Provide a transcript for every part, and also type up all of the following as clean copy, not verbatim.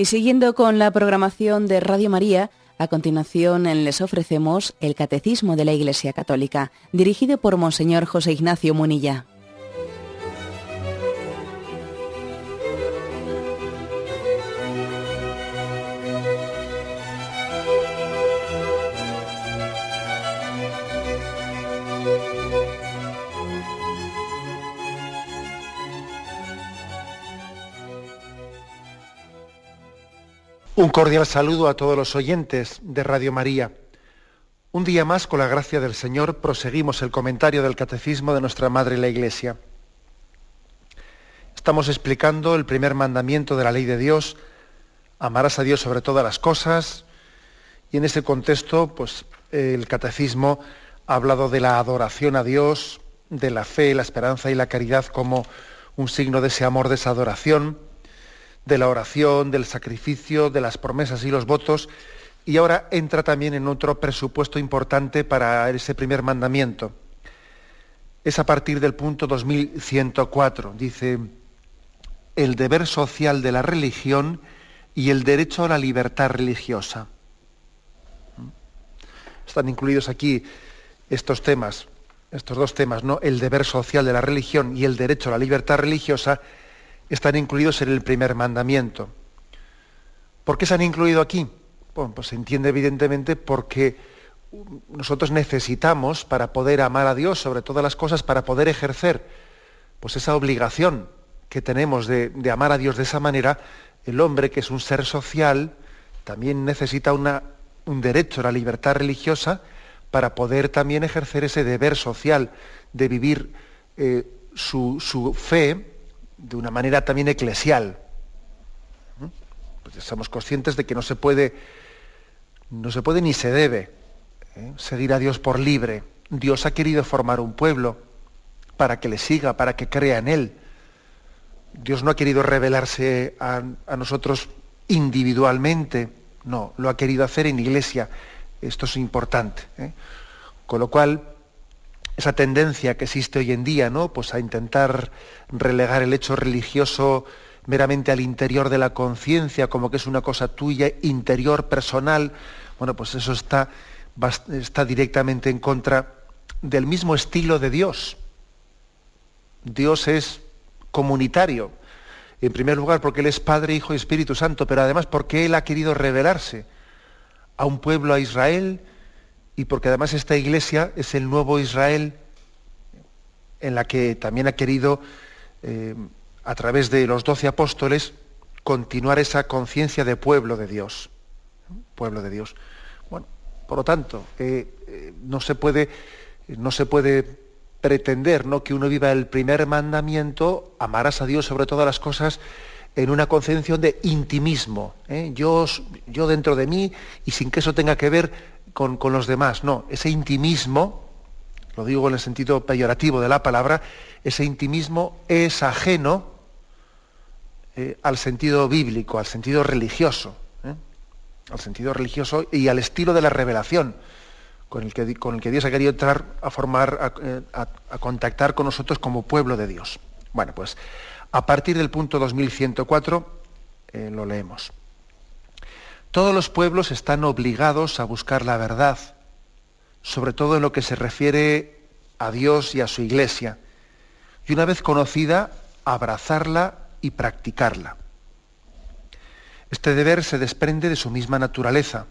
Y siguiendo con la programación de Radio María, a continuación les ofrecemos el Catecismo de la Iglesia Católica, dirigido por Monseñor José Ignacio Munilla. Un cordial saludo a todos los oyentes de Radio María. Un día más, con la gracia del Señor, proseguimos el comentario del Catecismo de nuestra Madre la Iglesia. Estamos explicando el primer mandamiento de la ley de Dios: amarás a Dios sobre todas las cosas, y en ese contexto, pues, el Catecismo ha hablado de la adoración a Dios, de la fe, la esperanza y la caridad como un signo de ese amor, de esa adoración, de la oración, del sacrificio, de las promesas y los votos, y ahora entra también en otro presupuesto importante para ese primer mandamiento. Es a partir del punto 2104, dice: el deber social de la religión y el derecho a la libertad religiosa. Están incluidos aquí estos temas, estos dos temas, ¿no? El deber social de la religión y el derecho a la libertad religiosa están incluidos en el primer mandamiento. ¿Por qué se han incluido aquí? Bueno, pues se entiende evidentemente porque nosotros necesitamos, para poder amar a Dios sobre todas las cosas, para poder ejercer pues esa obligación que tenemos de amar a Dios de esa manera, el hombre, que es un ser social, también necesita un derecho a la libertad religiosa para poder también ejercer ese deber social de vivir su fe de una manera también eclesial. Pues somos conscientes de que no se puede ni se debe seguir a Dios por libre. Dios ha querido formar un pueblo para que le siga, para que crea en él. Dios no ha querido revelarse a nosotros individualmente, no, lo ha querido hacer en iglesia. Esto es importante. Con lo cual, esa tendencia que existe hoy en día, ¿no? Pues a intentar relegar el hecho religioso meramente al interior de la conciencia, como que es una cosa tuya, interior, personal, bueno, pues eso está directamente en contra del mismo estilo de Dios. Dios es comunitario, en primer lugar porque Él es Padre, Hijo y Espíritu Santo, pero además porque Él ha querido revelarse a un pueblo, a Israel, y porque además esta iglesia es el nuevo Israel, en la que también ha querido, a través de los 12 apóstoles, continuar esa conciencia de pueblo de Dios. Pueblo de Dios. Bueno, por lo tanto, no se puede pretender, ¿no?, que uno viva el primer mandamiento: amarás a Dios sobre todas las cosas, en una concepción de intimismo. Yo dentro de mí, y sin que eso tenga que ver con los demás. No, ese intimismo, lo digo en el sentido peyorativo de la palabra, ese intimismo es ajeno al sentido bíblico, al sentido religioso, al sentido religioso y al estilo de la revelación con el que Dios ha querido entrar a formar, a contactar con nosotros como pueblo de Dios. Bueno, pues a partir del punto 2104 lo leemos. Todos los pueblos están obligados a buscar la verdad, sobre todo en lo que se refiere a Dios y a su Iglesia, y una vez conocida, abrazarla y practicarla. Este deber se desprende de su misma naturaleza.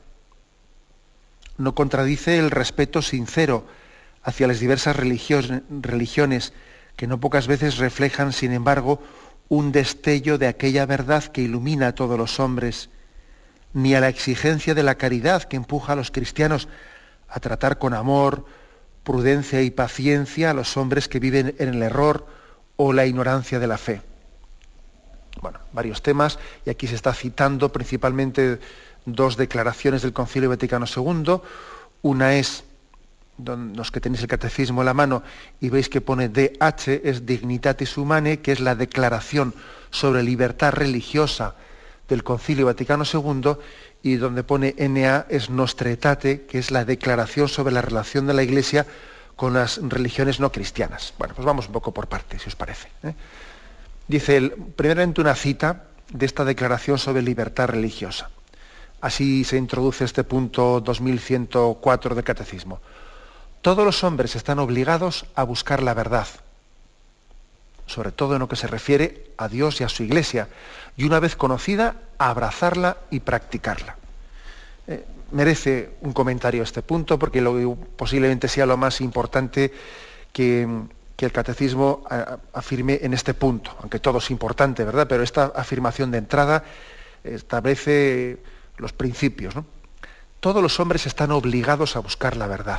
No contradice el respeto sincero hacia las diversas religiones, que no pocas veces reflejan, sin embargo, un destello de aquella verdad que ilumina a todos los hombres, ni a la exigencia de la caridad que empuja a los cristianos a tratar con amor, prudencia y paciencia a los hombres que viven en el error o la ignorancia de la fe. Bueno, varios temas, y aquí se está citando principalmente dos declaraciones del Concilio Vaticano II. Una es, los que tenéis el catecismo en la mano y veis que pone DH, es Dignitatis Humanae, que es la declaración sobre libertad religiosa del Concilio Vaticano II, y donde pone NA es Nostra Aetate, que es la declaración sobre la relación de la Iglesia con las religiones no cristianas. Bueno, pues vamos un poco por partes, si os parece. Dice, primeramente una cita de esta declaración sobre libertad religiosa. Así se introduce este punto 2104 del Catecismo. Todos los hombres están obligados a buscar la verdad, sobre todo en lo que se refiere a Dios y a su Iglesia, y una vez conocida, a abrazarla y practicarla. Merece un comentario este punto, porque posiblemente sea lo más importante que el Catecismo afirme en este punto, aunque todo es importante, ¿verdad? Pero esta afirmación de entrada establece los principios, ¿no? Todos los hombres están obligados a buscar la verdad.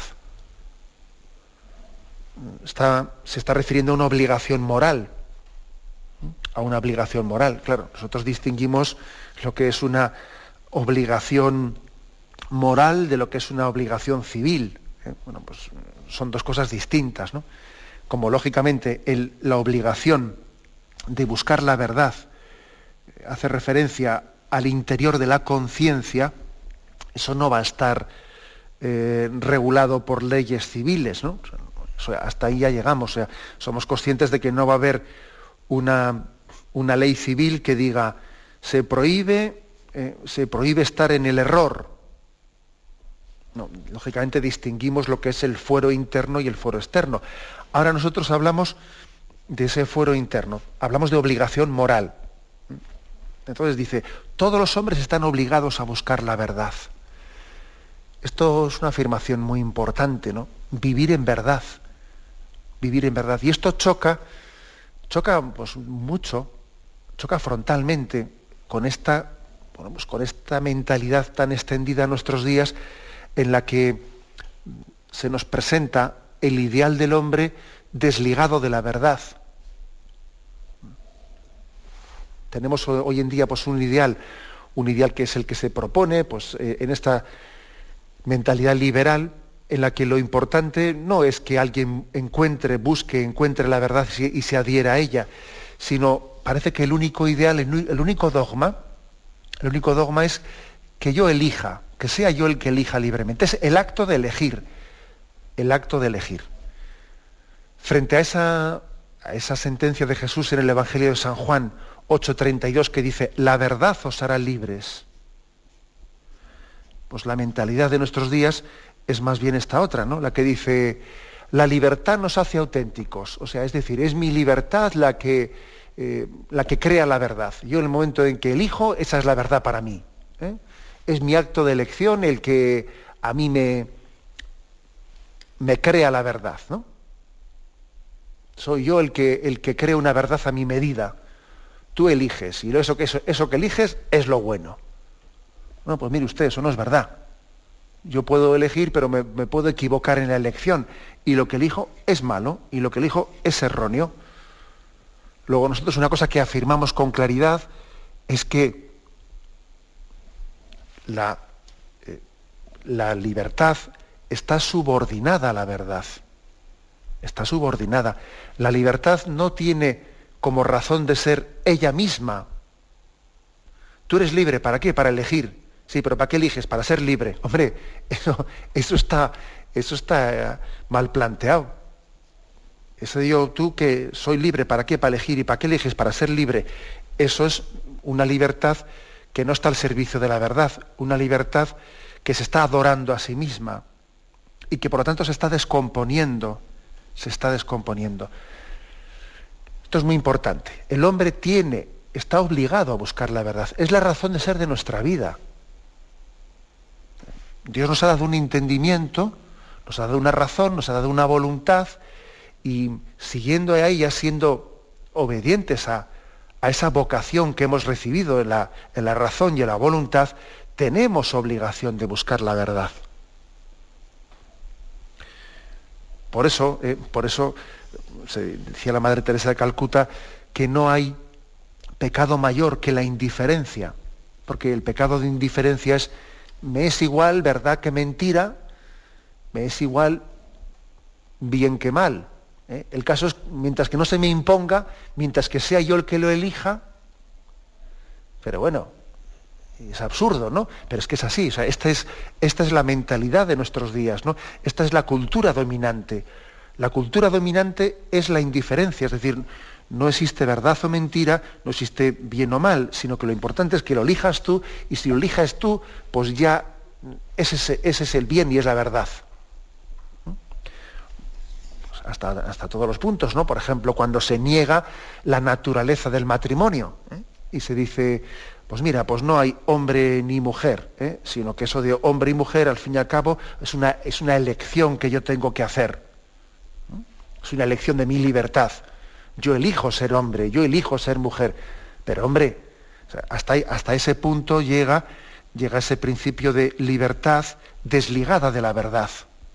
Se está refiriendo a una obligación moral, a una obligación moral. Claro, nosotros distinguimos lo que es una obligación moral de lo que es una obligación civil. Bueno, pues son dos cosas distintas, ¿no? Como lógicamente la obligación de buscar la verdad hace referencia al interior de la conciencia, eso no va a estar regulado por leyes civiles, ¿no? O sea, hasta ahí ya llegamos. O sea, somos conscientes de que no va a haber una ley civil que diga se prohíbe estar en el error. No, lógicamente distinguimos lo que es el fuero interno y el fuero externo. Ahora nosotros hablamos de ese fuero interno, hablamos de obligación moral. Entonces dice, todos los hombres están obligados a buscar la verdad. Esto es una afirmación muy importante, ¿no? Vivir en verdad. Vivir en verdad. Y esto choca pues mucho, choca frontalmente con esta mentalidad tan extendida en nuestros días, en la que se nos presenta el ideal del hombre desligado de la verdad. Tenemos hoy en día pues un ideal que es el que se propone pues, en esta mentalidad liberal, en la que lo importante no es que alguien encuentre la verdad y se adhiera a ella, sino parece que el único ideal, el único dogma es que yo elija, que sea yo el que elija libremente. Es el acto de elegir, Frente a esa sentencia de Jesús en el Evangelio de San Juan 8:32, que dice, la verdad os hará libres. Pues la mentalidad de nuestros días es más bien esta otra, ¿no? La que dice, la libertad nos hace auténticos. O sea, es decir, es mi libertad la que crea la verdad. Yo en el momento en que elijo, esa es la verdad para mí. Es mi acto de elección el que a mí me crea la verdad, ¿no? Soy yo el que crea una verdad a mi medida. Tú eliges, y eso que eliges es lo bueno. Bueno, pues mire usted, eso no es verdad. Yo puedo elegir, pero me puedo equivocar en la elección. Y lo que elijo es malo, y lo que elijo es erróneo. Luego nosotros una cosa que afirmamos con claridad es que la libertad está subordinada a la verdad. Está subordinada. La libertad no tiene como razón de ser ella misma. Tú eres libre, ¿para qué? Para elegir. Sí, pero ¿para qué eliges? Para ser libre. Hombre, eso está mal planteado. Eso digo, tú que soy libre, ¿para qué? Para elegir. ¿Y para qué eliges? Para ser libre. Eso es una libertad que no está al servicio de la verdad, una libertad que se está adorando a sí misma y que por lo tanto se está descomponiendo. Esto es muy importante. El hombre está obligado a buscar la verdad. Es la razón de ser de nuestra vida. Dios nos ha dado un entendimiento, nos ha dado una razón, nos ha dado una voluntad, y siguiendo a ella, siendo obedientes a esa vocación que hemos recibido en la razón y en la voluntad, tenemos obligación de buscar la verdad. Por eso se decía la Madre Teresa de Calcuta que no hay pecado mayor que la indiferencia, porque el pecado de indiferencia me es igual verdad que mentira, me es igual bien que mal. El caso es, mientras que no se me imponga, mientras que sea yo el que lo elija, pero bueno, es absurdo, ¿no? Pero es que es así. O sea, esta es la mentalidad de nuestros días, ¿no? Esta es la cultura dominante. La cultura dominante es la indiferencia, es decir, No existe verdad o mentira, no existe bien o mal, sino que lo importante es que lo elijas tú, y si lo eliges tú, pues ya ese es el bien y es la verdad. Hasta todos los puntos, ¿no? Por ejemplo, cuando se niega la naturaleza del matrimonio, y se dice, pues mira, pues no hay hombre ni mujer, sino que eso de hombre y mujer, al fin y al cabo, es una elección que yo tengo que hacer. Es una elección de mi libertad. Yo elijo ser hombre, yo elijo ser mujer. Pero hombre, o sea, hasta ese punto llega ese principio de libertad desligada de la verdad.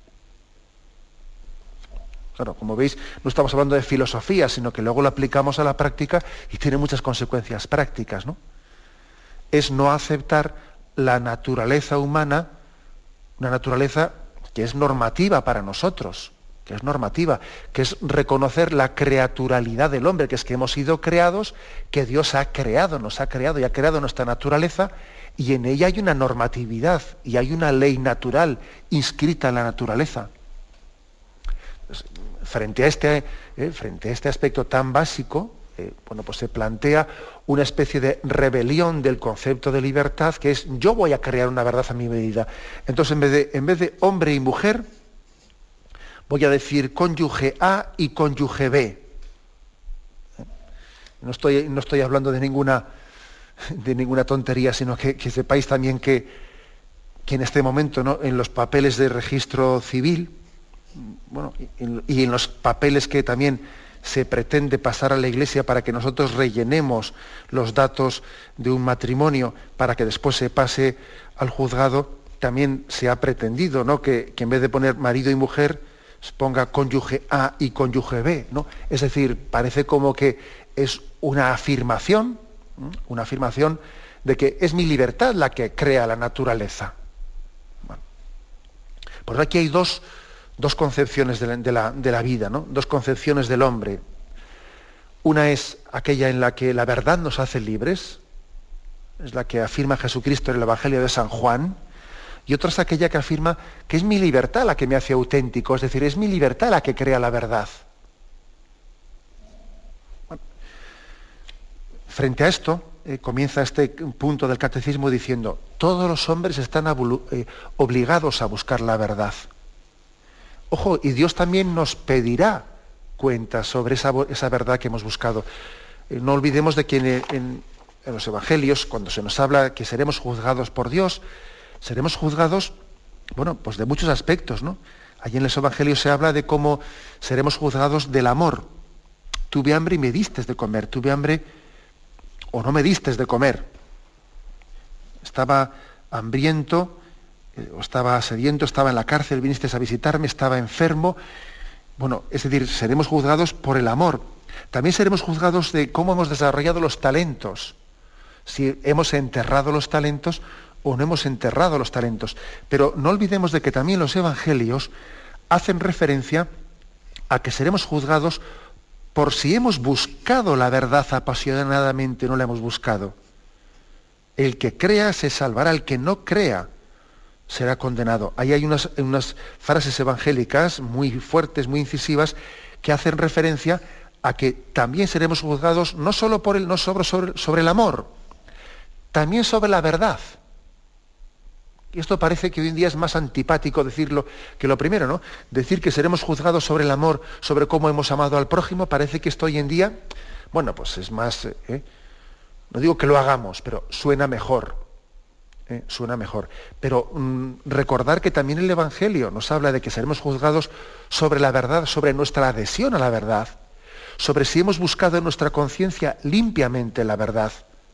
Claro, como veis, no estamos hablando de filosofía, sino que luego lo aplicamos a la práctica y tiene muchas consecuencias prácticas, ¿no? Es no aceptar la naturaleza humana, una naturaleza que es normativa para nosotros, que es normativa, que es reconocer la creaturalidad del hombre, que es que hemos sido creados, que Dios ha creado, nos ha creado y ha creado nuestra naturaleza, y en ella hay una normatividad y hay una ley natural inscrita en la naturaleza. Frente a este aspecto tan básico, pues se plantea una especie de rebelión del concepto de libertad, que es yo voy a crear una verdad a mi medida. Entonces, en vez de hombre y mujer, voy a decir cónyuge A y cónyuge B. No estoy hablando de ninguna tontería, sino que sepáis también que en este momento, ¿no?, en los papeles de registro civil, bueno, y en los papeles que también se pretende pasar a la Iglesia para que nosotros rellenemos los datos de un matrimonio para que después se pase al juzgado, también se ha pretendido, ¿no?, que en vez de poner marido y mujer se ponga cónyuge A y cónyuge B, ¿no? Es decir, parece como que es una afirmación de que es mi libertad la que crea la naturaleza. Bueno, pues aquí hay dos concepciones de la vida, ¿no? Dos concepciones del hombre. Una es aquella en la que la verdad nos hace libres, es la que afirma Jesucristo en el Evangelio de San Juan, y otra es aquella que afirma que es mi libertad la que me hace auténtico, es decir, es mi libertad la que crea la verdad. Bueno, frente a esto, comienza este punto del catecismo diciendo, todos los hombres están obligados a buscar la verdad. Ojo, y Dios también nos pedirá cuentas sobre esa verdad que hemos buscado. No olvidemos de que en los evangelios, cuando se nos habla que seremos juzgados por Dios, seremos juzgados, bueno, pues de muchos aspectos, ¿no? Allí en los evangelios se habla de cómo seremos juzgados del amor. Tuve hambre y me distes de comer, tuve hambre o no me distes de comer. Estaba hambriento, o estaba sediento, estaba en la cárcel, viniste a visitarme, estaba enfermo. Bueno, es decir, seremos juzgados por el amor. También seremos juzgados de cómo hemos desarrollado los talentos. Si hemos enterrado los talentos o no hemos enterrado los talentos. Pero no olvidemos de que también los evangelios hacen referencia a que seremos juzgados por si hemos buscado la verdad apasionadamente o no la hemos buscado. El que crea se salvará, el que no crea será condenado. Ahí hay unas frases evangélicas muy fuertes, muy incisivas, que hacen referencia a que también seremos juzgados no solo sobre el amor, también sobre la verdad. Y esto parece que hoy en día es más antipático decirlo que lo primero, ¿no? Decir que seremos juzgados sobre el amor, sobre cómo hemos amado al prójimo, parece que esto hoy en día, bueno, pues es más, no digo que lo hagamos, pero suena mejor. Suena mejor. Pero recordar que también el Evangelio nos habla de que seremos juzgados sobre la verdad, sobre nuestra adhesión a la verdad, sobre si hemos buscado en nuestra conciencia limpiamente la verdad.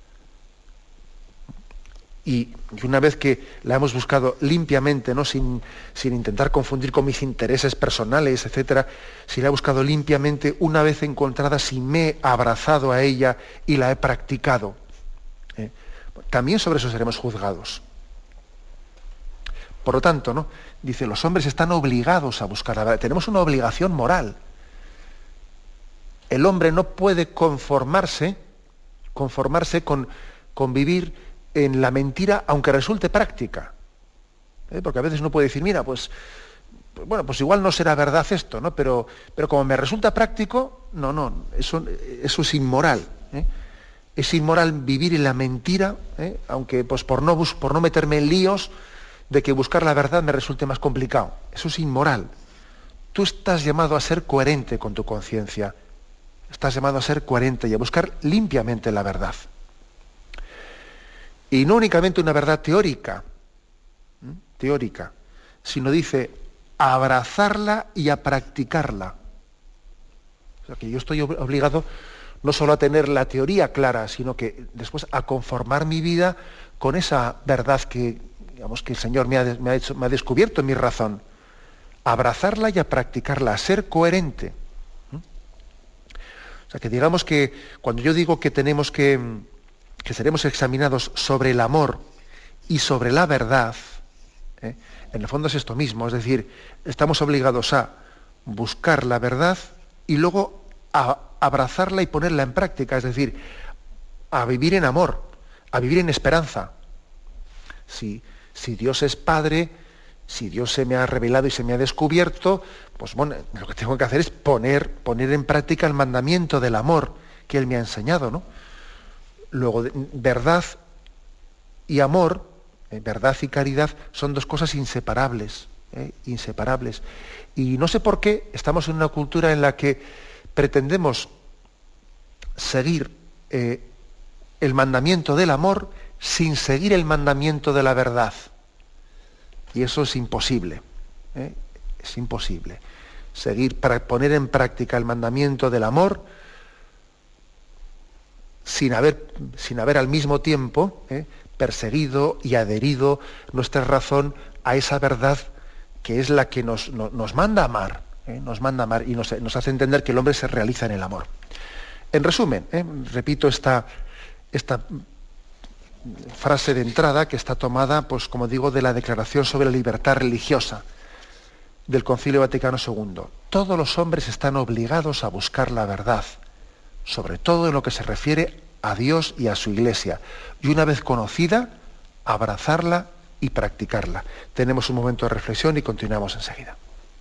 Y una vez que la hemos buscado limpiamente, ¿no?, sin intentar confundir con mis intereses personales, etcétera, si la he buscado limpiamente, una vez encontrada, si me he abrazado a ella y la he practicado, también sobre eso seremos juzgados. Por lo tanto, ¿no?, dice, los hombres están obligados a buscar la verdad. Tenemos una obligación moral. El hombre no puede conformarse con vivir en la mentira, aunque resulte práctica. Porque a veces uno puede decir, mira, pues bueno, pues igual no será verdad esto, ¿no? Pero como me resulta práctico, eso es inmoral, ¿eh? Es inmoral vivir en la mentira, ¿eh? Aunque pues por no meterme en líos de que buscar la verdad me resulte más complicado. Eso es inmoral. Tú estás llamado a ser coherente con tu conciencia. Estás llamado a ser coherente y a buscar limpiamente la verdad. Y no únicamente una verdad teórica, sino dice a abrazarla y a practicarla. O sea que yo estoy obligado no solo a tener la teoría clara, sino que después a conformar mi vida con esa verdad que, digamos, que el Señor me ha descubierto en mi razón. A abrazarla y a practicarla, a ser coherente. O sea que digamos que cuando yo digo que tenemos que seremos examinados sobre el amor y sobre la verdad, en el fondo es esto mismo, es decir, estamos obligados a buscar la verdad y luego a abrazarla y ponerla en práctica, es decir, a vivir en amor, a vivir en esperanza. Si Dios es Padre, si Dios se me ha revelado y se me ha descubierto, pues bueno, lo que tengo que hacer es poner en práctica el mandamiento del amor que Él me ha enseñado, ¿no? Luego, verdad y amor, verdad y caridad, son dos cosas inseparables, inseparables. Y no sé por qué estamos en una cultura en la que pretendemos seguir el mandamiento del amor sin seguir el mandamiento de la verdad. Y eso es imposible. Es imposible. Para poner en práctica el mandamiento del amor sin haber al mismo tiempo perseguido y adherido nuestra razón a esa verdad que es la que nos manda a amar. Nos manda a amar y nos hace entender que el hombre se realiza en el amor. En resumen, repito esta frase de entrada que está tomada, pues como digo, de la Declaración sobre la Libertad Religiosa del Concilio Vaticano II. Todos los hombres están obligados a buscar la verdad, sobre todo en lo que se refiere a Dios y a su Iglesia, y una vez conocida, abrazarla y practicarla. Tenemos un momento de reflexión y continuamos enseguida.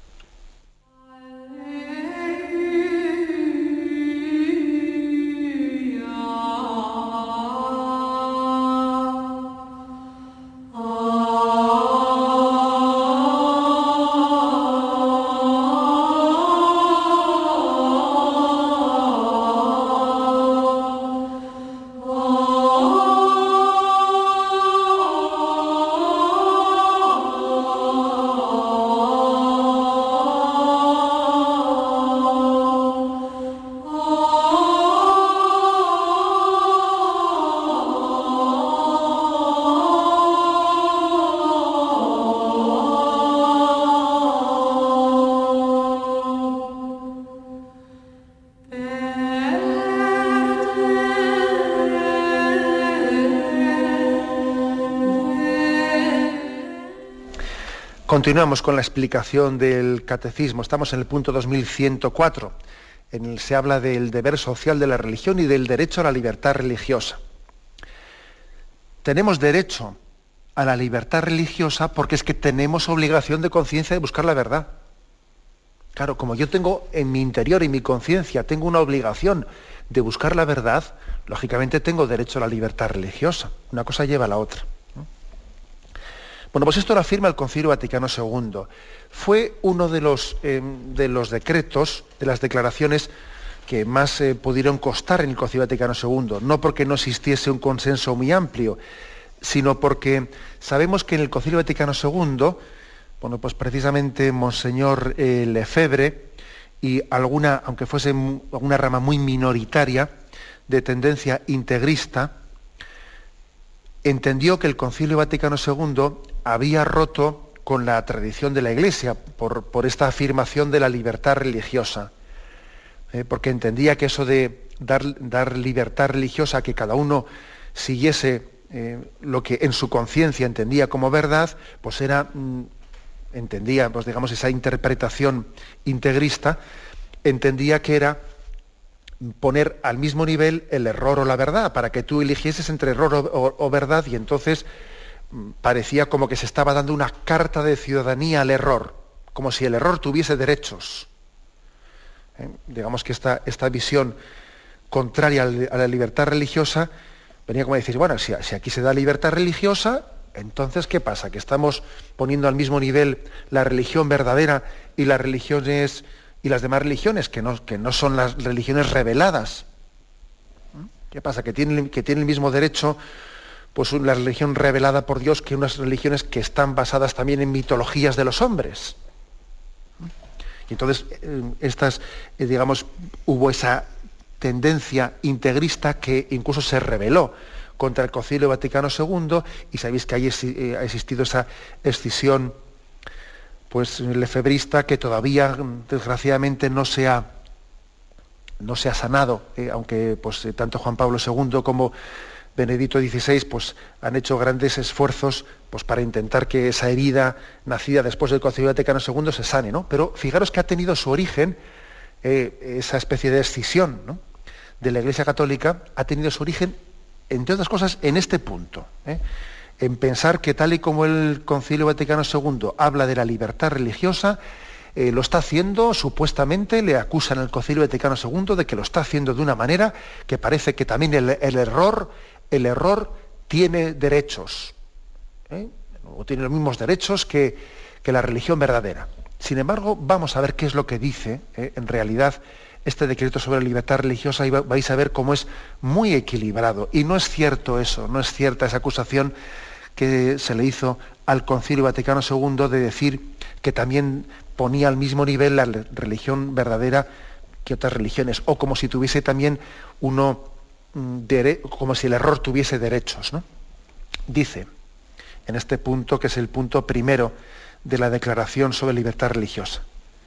Continuamos con la explicación del catecismo. Estamos en el punto 2104. En el se habla del deber social de la religión y del derecho a la libertad religiosa. Tenemos derecho a la libertad religiosa porque es que tenemos obligación de conciencia de buscar la verdad. Claro, como yo tengo en mi interior y mi conciencia, tengo una obligación de buscar la verdad, lógicamente tengo derecho a la libertad religiosa. Una cosa lleva a la otra. Bueno, pues esto lo afirma el Concilio Vaticano II. Fue uno de los decretos, de las declaraciones que más pudieron costar en el Concilio Vaticano II, no porque no existiese un consenso muy amplio, sino porque sabemos que en el Concilio Vaticano II, bueno, pues precisamente Monseñor Lefebvre y aunque fuese alguna rama muy minoritaria de tendencia integrista, entendió que el Concilio Vaticano II había roto con la tradición de la Iglesia por esta afirmación de la libertad religiosa, porque entendía que eso de dar libertad religiosa, que cada uno siguiese lo que en su conciencia entendía como verdad, pues entendía, pues digamos, esa interpretación integrista, entendía que era poner al mismo nivel el error o la verdad, para que tú eligieses entre error o verdad, y entonces parecía como que se estaba dando una carta de ciudadanía al error, como si el error tuviese derechos. Digamos que esta visión contraria a la libertad religiosa venía como a decir, bueno, si aquí se da libertad religiosa, entonces ¿qué pasa? Que estamos poniendo al mismo nivel la religión verdadera y las religiones y las demás religiones, que no son las religiones reveladas. ¿Qué pasa? Que tienen el mismo derecho pues la religión revelada por Dios que unas religiones que están basadas también en mitologías de los hombres. Y entonces hubo esa tendencia integrista que incluso se rebeló contra el Concilio Vaticano II, y sabéis que ahí ha existido esa escisión pues lefebrista que todavía desgraciadamente no se ha sanado, aunque pues tanto Juan Pablo II como Benedicto XVI pues han hecho grandes esfuerzos pues para intentar que esa herida nacida después del Concilio Vaticano II se sane, ¿no? Pero fijaros que ha tenido su origen esa especie de escisión, ¿no?, de la Iglesia Católica, ha tenido su origen, entre otras cosas, en este punto, en pensar que tal y como el Concilio Vaticano II habla de la libertad religiosa, lo está haciendo, supuestamente, le acusan al Concilio Vaticano II de que lo está haciendo de una manera que parece que también el error tiene derechos, o tiene los mismos derechos que la religión verdadera. Sin embargo, vamos a ver qué es lo que dice, en realidad, este decreto sobre la libertad religiosa, y vais a ver cómo es muy equilibrado. Y no es cierto eso, no es cierta esa acusación que se le hizo al Concilio Vaticano II de decir que también ponía al mismo nivel la religión verdadera que otras religiones, o como si tuviese también como si el error tuviese derechos, ¿no? Dice, en este punto, que es el punto primero de la Declaración sobre Libertad Religiosa: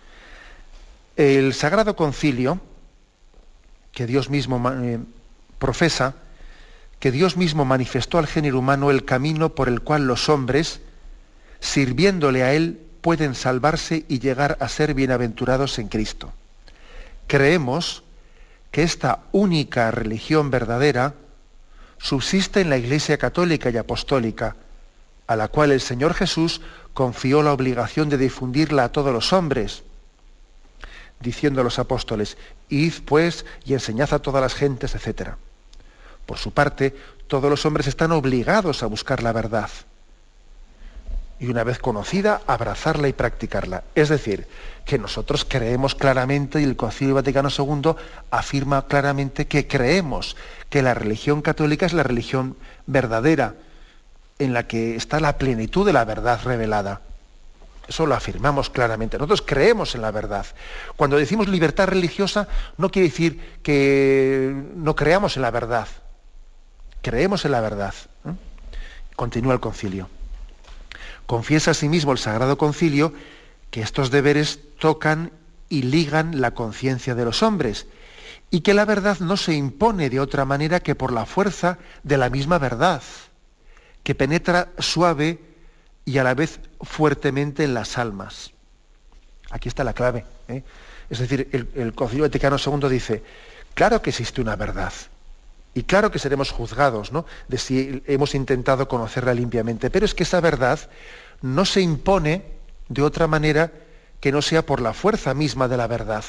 el Sagrado Concilio, que Dios mismo profesa, que Dios mismo manifestó al género humano el camino por el cual los hombres, sirviéndole a Él, pueden salvarse y llegar a ser bienaventurados en Cristo. Creemos que esta única religión verdadera subsiste en la Iglesia Católica y Apostólica, a la cual el Señor Jesús confió la obligación de difundirla a todos los hombres, diciendo a los apóstoles: id pues y enseñad a todas las gentes, etc. Por su parte, todos los hombres están obligados a buscar la verdad, y una vez conocida, abrazarla y practicarla. Es decir, que nosotros creemos claramente, y el Concilio Vaticano II afirma claramente que creemos que la religión católica es la religión verdadera, en la que está la plenitud de la verdad revelada. Eso lo afirmamos claramente. Nosotros creemos en la verdad. Cuando decimos libertad religiosa, no quiere decir que no creamos en la verdad. Creemos en la verdad. Continúa el concilio. Confiesa asimismo el Sagrado Concilio que estos deberes tocan y ligan la conciencia de los hombres, y que la verdad no se impone de otra manera que por la fuerza de la misma verdad, que penetra suave y a la vez fuertemente en las almas. Aquí está la clave, ¿eh? Es decir, el Concilio Vaticano II dice, claro que existe una verdad, y claro que seremos juzgados, ¿no?, de si hemos intentado conocerla limpiamente, pero es que esa verdad no se impone de otra manera que no sea por la fuerza misma de la verdad.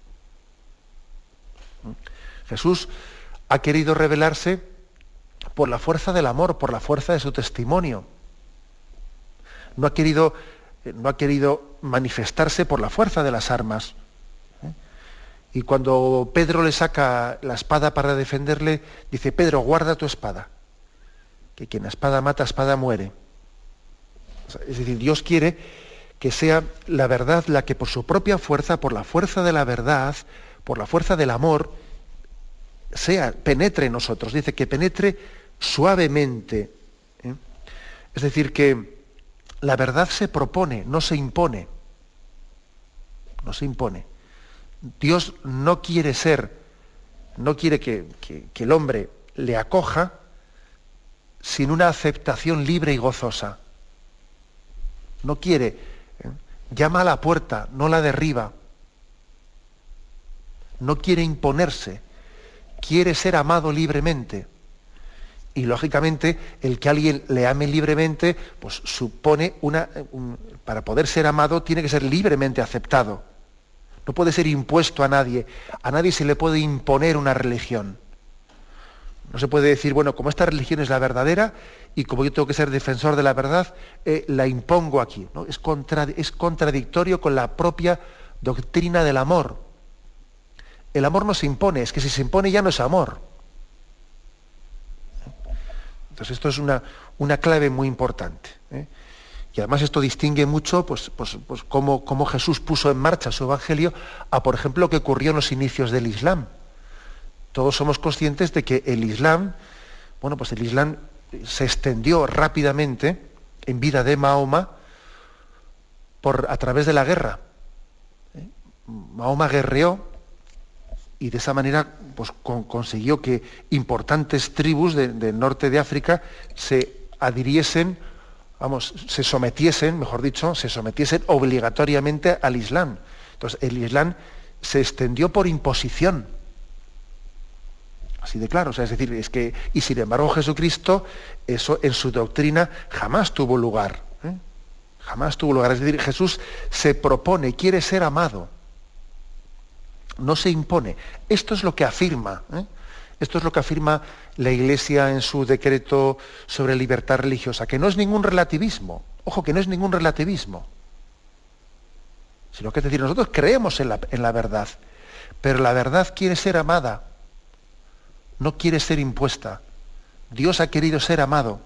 Jesús ha querido revelarse por la fuerza del amor, por la fuerza de su testimonio. No ha querido manifestarse por la fuerza de las armas. Y cuando Pedro le saca la espada para defenderle, dice: Pedro, guarda tu espada, que quien a espada mata, a espada muere. Es decir, Dios quiere que sea la verdad la que por su propia fuerza, por la fuerza de la verdad, por la fuerza del amor, penetre en nosotros. Dice que penetre suavemente. Es decir, que la verdad se propone, no se impone. No se impone. Dios no quiere que el hombre le acoja sin una aceptación libre y gozosa. No quiere, llama a la puerta, no la derriba. No quiere imponerse, quiere ser amado libremente. Y lógicamente el que alguien le ame libremente, pues supone para poder ser amado tiene que ser libremente aceptado. No puede ser impuesto a nadie. A nadie se le puede imponer una religión. No se puede decir, bueno, como esta religión es la verdadera y como yo tengo que ser defensor de la verdad, la impongo aquí, ¿no? Es contradictorio con la propia doctrina del amor. El amor no se impone, es que si se impone ya no es amor. Entonces esto es una clave muy importante, ¿eh? Y además esto distingue mucho pues cómo Jesús puso en marcha su evangelio a, por ejemplo, lo que ocurrió en los inicios del Islam. Todos somos conscientes de que el Islam se extendió rápidamente en vida de Mahoma a través de la guerra. Mahoma guerreó y de esa manera pues, consiguió que importantes tribus del norte de África se adhiriesen, se sometiesen obligatoriamente al Islam. Entonces el Islam se extendió por imposición. Así de claro, es decir, y sin embargo Jesucristo, eso en su doctrina jamás tuvo lugar. Jamás tuvo lugar. Es decir, Jesús se propone, quiere ser amado. No se impone. Esto es lo que afirma. Esto es lo que afirma la Iglesia en su decreto sobre libertad religiosa, que no es ningún relativismo. Ojo, que no es ningún relativismo. Sino que es decir, nosotros creemos en la verdad, pero la verdad quiere ser amada, no quiere ser impuesta. Dios ha querido ser amado.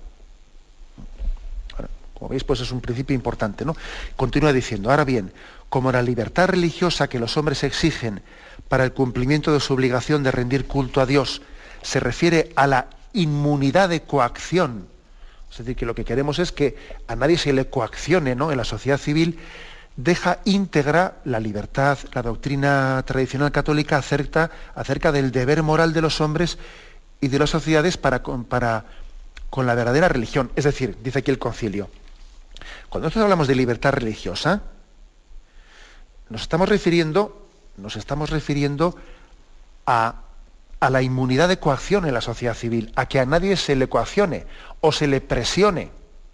Como veis, pues es un principio importante, ¿no? Continúa diciendo, ahora bien, como la libertad religiosa que los hombres exigen para el cumplimiento de su obligación de rendir culto a Dios se refiere a la inmunidad de coacción, es decir, que lo que queremos es que a nadie se le coaccione, ¿no? En la sociedad civil, deja íntegra la libertad, la doctrina tradicional católica acerca del deber moral de los hombres y de las sociedades para con la verdadera religión. Es decir, dice aquí el concilio, cuando nosotros hablamos de libertad religiosa, nos estamos refiriendo a la inmunidad de coacción en la sociedad civil, a que a nadie se le coaccione o se le presione,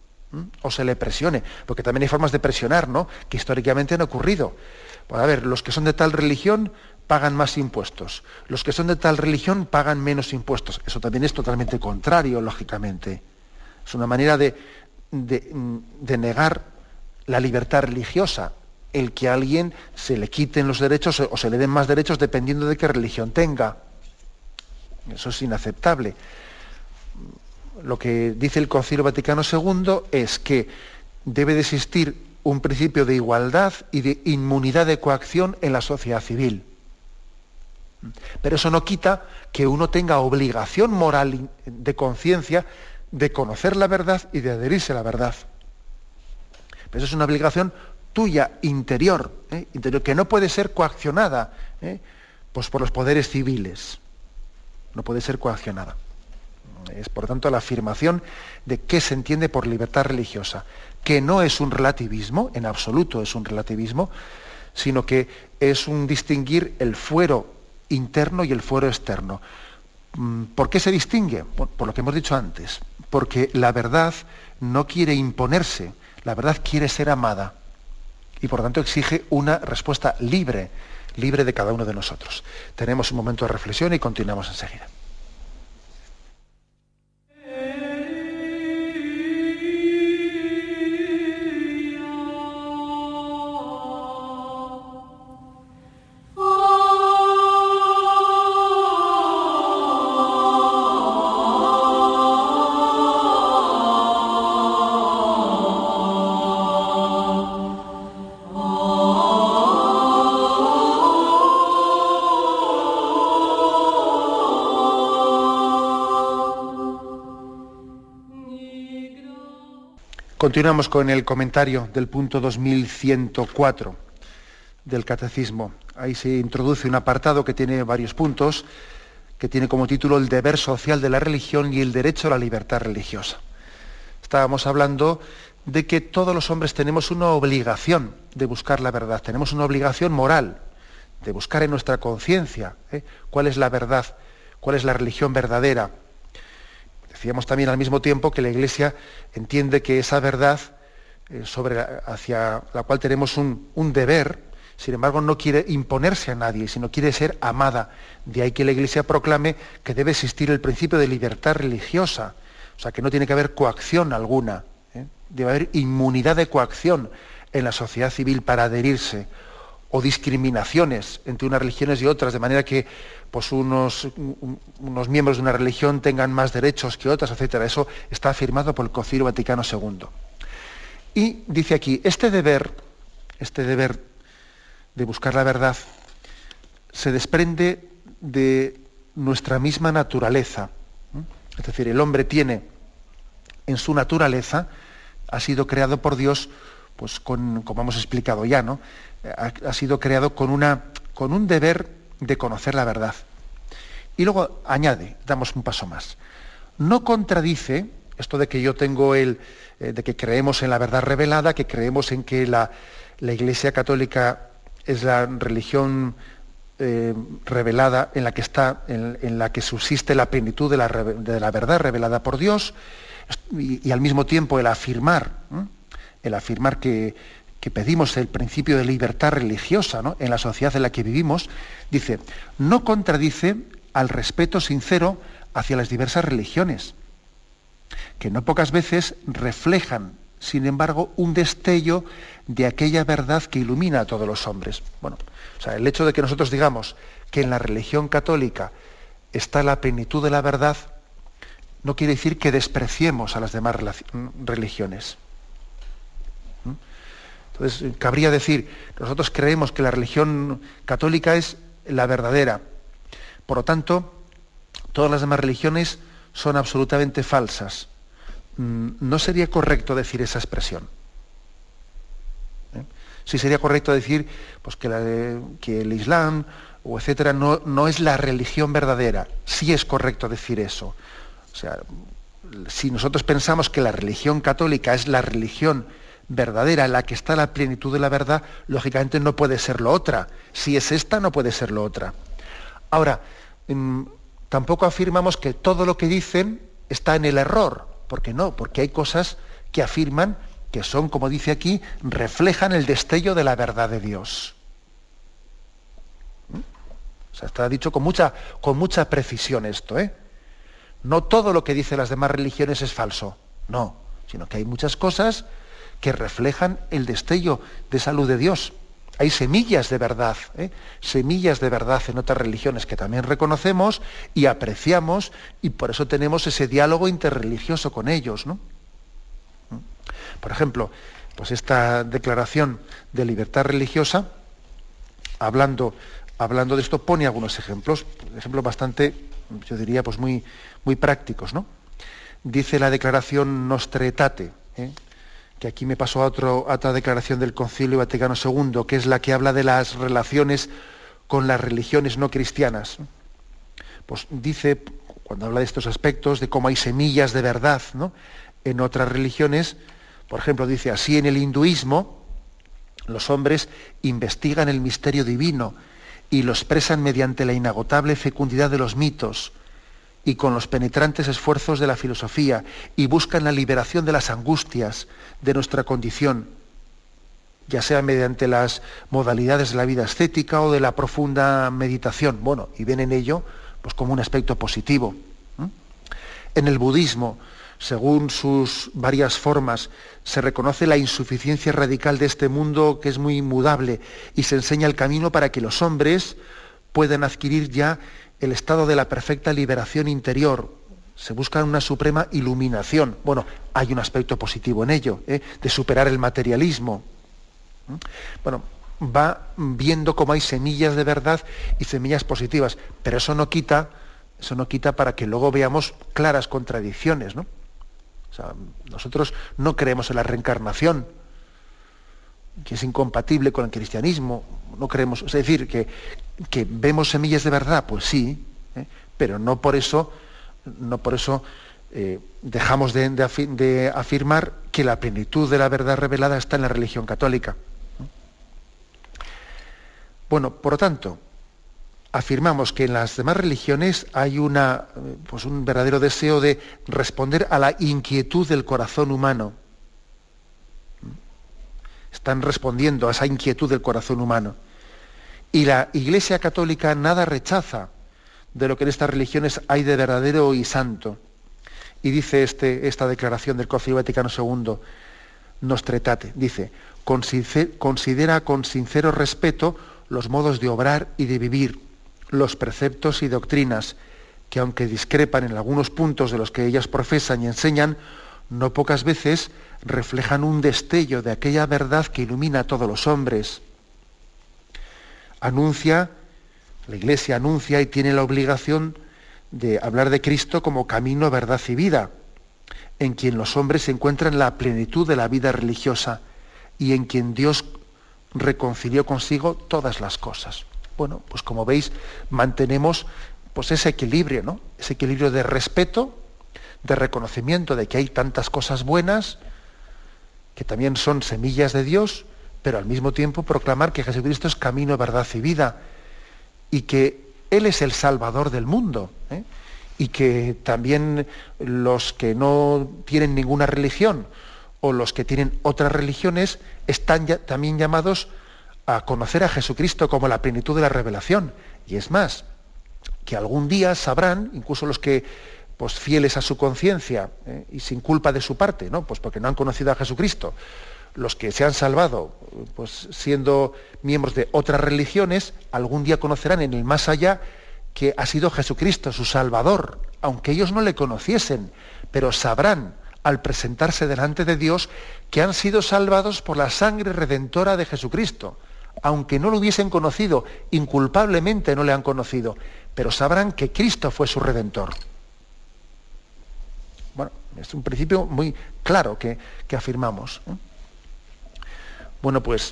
porque también hay formas de presionar, ¿no?, que históricamente han ocurrido. Pues a ver, los que son de tal religión pagan más impuestos, los que son de tal religión pagan menos impuestos. Eso también es totalmente contrario, lógicamente. Es una manera de negar la libertad religiosa, el que a alguien se le quiten los derechos o se le den más derechos dependiendo de qué religión tenga. Eso es inaceptable. Lo que dice el Concilio Vaticano II es que debe de existir un principio de igualdad y de inmunidad de coacción en la sociedad civil. Pero eso no quita que uno tenga obligación moral de conciencia de conocer la verdad y de adherirse a la verdad. Pero eso es una obligación tuya, interior, que no puede ser coaccionada pues por los poderes civiles. No puede ser coaccionada. Es, por tanto, la afirmación de qué se entiende por libertad religiosa, que no es un relativismo, en absoluto es un relativismo, sino que es un distinguir el fuero interno y el fuero externo. ¿Por qué se distingue? Por lo que hemos dicho antes, porque la verdad no quiere imponerse, la verdad quiere ser amada y por tanto exige una respuesta libre de cada uno de nosotros. Tenemos un momento de reflexión y continuamos enseguida. Continuamos con el comentario del punto 2104 del Catecismo. Ahí se introduce un apartado que tiene varios puntos, que tiene como título el deber social de la religión y el derecho a la libertad religiosa. Estábamos hablando de que todos los hombres tenemos una obligación de buscar la verdad, tenemos una obligación moral de buscar en nuestra conciencia cuál es la verdad, cuál es la religión verdadera. Decíamos también al mismo tiempo que la Iglesia entiende que esa verdad hacia la cual tenemos un deber, sin embargo no quiere imponerse a nadie, sino quiere ser amada. De ahí que la Iglesia proclame que debe existir el principio de libertad religiosa, o sea, que no tiene que haber coacción alguna, debe haber inmunidad de coacción en la sociedad civil para adherirse, o discriminaciones entre unas religiones y otras, de manera que pues, unos miembros de una religión tengan más derechos que otras, etc. Eso está afirmado por el Concilio Vaticano II. Y dice aquí, este deber de buscar la verdad se desprende de nuestra misma naturaleza. Es decir, el hombre tiene en su naturaleza, ha sido creado por Dios, pues como hemos explicado ya, ¿no? Ha sido creado con un deber de conocer la verdad. Y luego añade, damos un paso más. No contradice esto de que yo tengo de que creemos en la verdad revelada, que creemos en que la Iglesia Católica es la religión revelada en la que subsiste la plenitud de la verdad revelada por Dios, y al mismo tiempo el afirmar que pedimos el principio de libertad religiosa, ¿no?, en la sociedad en la que vivimos, dice, no contradice al respeto sincero hacia las diversas religiones, que no pocas veces reflejan, sin embargo, un destello de aquella verdad que ilumina a todos los hombres. Bueno, o sea, el hecho de que nosotros digamos que en la religión católica está la plenitud de la verdad, no quiere decir que despreciemos a las demás religiones. Entonces, cabría decir, nosotros creemos que la religión católica es la verdadera. Por lo tanto, todas las demás religiones son absolutamente falsas. No sería correcto decir esa expresión. Sí sería correcto decir pues, que el Islam, o etcétera, no es la religión verdadera. Sí es correcto decir eso. O sea, si nosotros pensamos que la religión católica es la religión verdadera, en la que está la plenitud de la verdad, lógicamente no puede ser lo otra. Si es esta, no puede ser lo otra. Ahora, tampoco afirmamos que todo lo que dicen está en el error, porque no, porque hay cosas que afirman que son, como dice aquí, reflejan el destello de la verdad de Dios. O sea, está dicho con mucha precisión esto, ¿eh? No todo lo que dicen las demás religiones es falso, no, sino que hay muchas cosas que reflejan el destello de esa luz de Dios. Hay semillas de verdad, semillas de verdad en otras religiones que también reconocemos y apreciamos, y por eso tenemos ese diálogo interreligioso con ellos, ¿no? Por ejemplo, pues esta declaración de libertad religiosa, hablando de esto, pone algunos ejemplos bastante, yo diría, pues muy prácticos, ¿no? Dice la declaración Nostra Aetate, que aquí me pasó a otra declaración del Concilio Vaticano II, que es la que habla de las relaciones con las religiones no cristianas. Pues dice, cuando habla de estos aspectos, de cómo hay semillas de verdad, ¿no?, en otras religiones, por ejemplo, dice, así en el hinduismo, los hombres investigan el misterio divino y lo expresan mediante la inagotable fecundidad de los mitos y con los penetrantes esfuerzos de la filosofía, y buscan la liberación de las angustias de nuestra condición, ya sea mediante las modalidades de la vida ascética o de la profunda meditación. Bueno, y ven en ello pues, como un aspecto positivo. En el budismo, según sus varias formas, se reconoce la insuficiencia radical de este mundo, que es muy mudable, y se enseña el camino para que los hombres puedan adquirir ya el estado de la perfecta liberación interior. Se busca una suprema iluminación. Bueno, hay un aspecto positivo en ello, de superar el materialismo. Bueno, va viendo cómo hay semillas de verdad y semillas positivas, pero eso no quita para que luego veamos claras contradicciones, ¿no? O sea, nosotros no creemos en la reencarnación, que es incompatible con el cristianismo. No creemos, es decir, que vemos semillas de verdad, pues sí, pero no por eso dejamos de afirmar que la plenitud de la verdad revelada está en la religión católica. Bueno, por lo tanto, afirmamos que en las demás religiones hay un verdadero deseo de responder a la inquietud del corazón humano. Están respondiendo a esa inquietud del corazón humano. Y la Iglesia Católica nada rechaza de lo que en estas religiones hay de verdadero y santo. Y dice esta declaración del Concilio Vaticano II, Nostra Aetate, dice: considera con sincero respeto los modos de obrar y de vivir, los preceptos y doctrinas, que aunque discrepan en algunos puntos de los que ellas profesan y enseñan, no pocas veces reflejan un destello de aquella verdad que ilumina a todos los hombres. La Iglesia anuncia y tiene la obligación de hablar de Cristo como camino, verdad y vida, en quien los hombres encuentran la plenitud de la vida religiosa y en quien Dios reconcilió consigo todas las cosas. Bueno, pues como veis, mantenemos pues ese equilibrio, ¿no? Ese equilibrio de respeto, de reconocimiento de que hay tantas cosas buenas, que también son semillas de Dios, pero al mismo tiempo proclamar que Jesucristo es camino, verdad y vida, y que Él es el Salvador del mundo, ¿eh? Y que también los que no tienen ninguna religión o los que tienen otras religiones están también llamados a conocer a Jesucristo como la plenitud de la revelación. Y es más, que algún día sabrán, incluso los que pues fieles a su conciencia y sin culpa de su parte, ¿no? Pues porque no han conocido a Jesucristo, los que se han salvado, pues siendo miembros de otras religiones, algún día conocerán en el más allá que ha sido Jesucristo su Salvador, aunque ellos no le conociesen, pero sabrán al presentarse delante de Dios que han sido salvados por la sangre redentora de Jesucristo, aunque no lo hubiesen conocido, inculpablemente no le han conocido, pero sabrán que Cristo fue su Redentor. Bueno, es un principio muy claro que afirmamos, ¿eh? Bueno, pues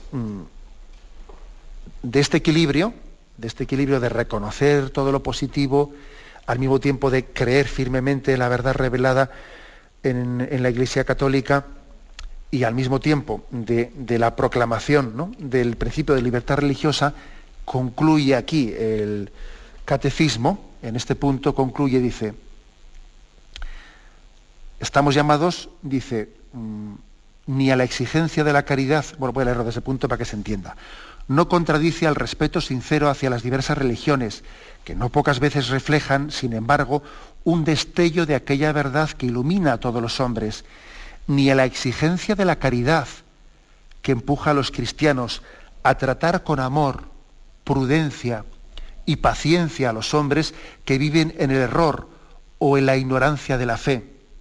de este equilibrio de reconocer todo lo positivo, al mismo tiempo de creer firmemente en la verdad revelada en la Iglesia Católica, y al mismo tiempo de la proclamación, ¿no?, del principio de libertad religiosa, concluye aquí el Catecismo, en este punto concluye, dice: estamos llamados, dice, ni a la exigencia de la caridad, bueno, voy a leerlo desde ese punto para que se entienda, no contradice al respeto sincero hacia las diversas religiones, que no pocas veces reflejan, sin embargo, un destello de aquella verdad que ilumina a todos los hombres, ni a la exigencia de la caridad, que empuja a los cristianos a tratar con amor, prudencia y paciencia a los hombres que viven en el error o en la ignorancia de la fe.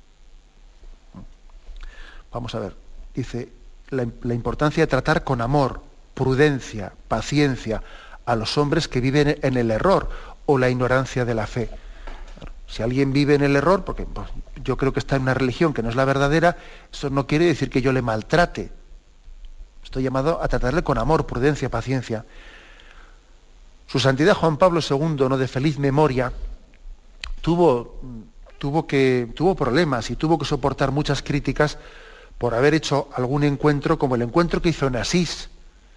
Vamos a ver, dice, la importancia de tratar con amor, prudencia, paciencia a los hombres que viven en el error o la ignorancia de la fe. Si alguien vive en el error, porque pues, yo creo que está en una religión que no es la verdadera, eso no quiere decir que yo le maltrate. Estoy llamado a tratarle con amor, prudencia, paciencia. Su Santidad Juan Pablo II, ¿no?, de feliz memoria, tuvo problemas y tuvo que soportar muchas críticas por haber hecho algún encuentro, como el encuentro que hizo en Asís,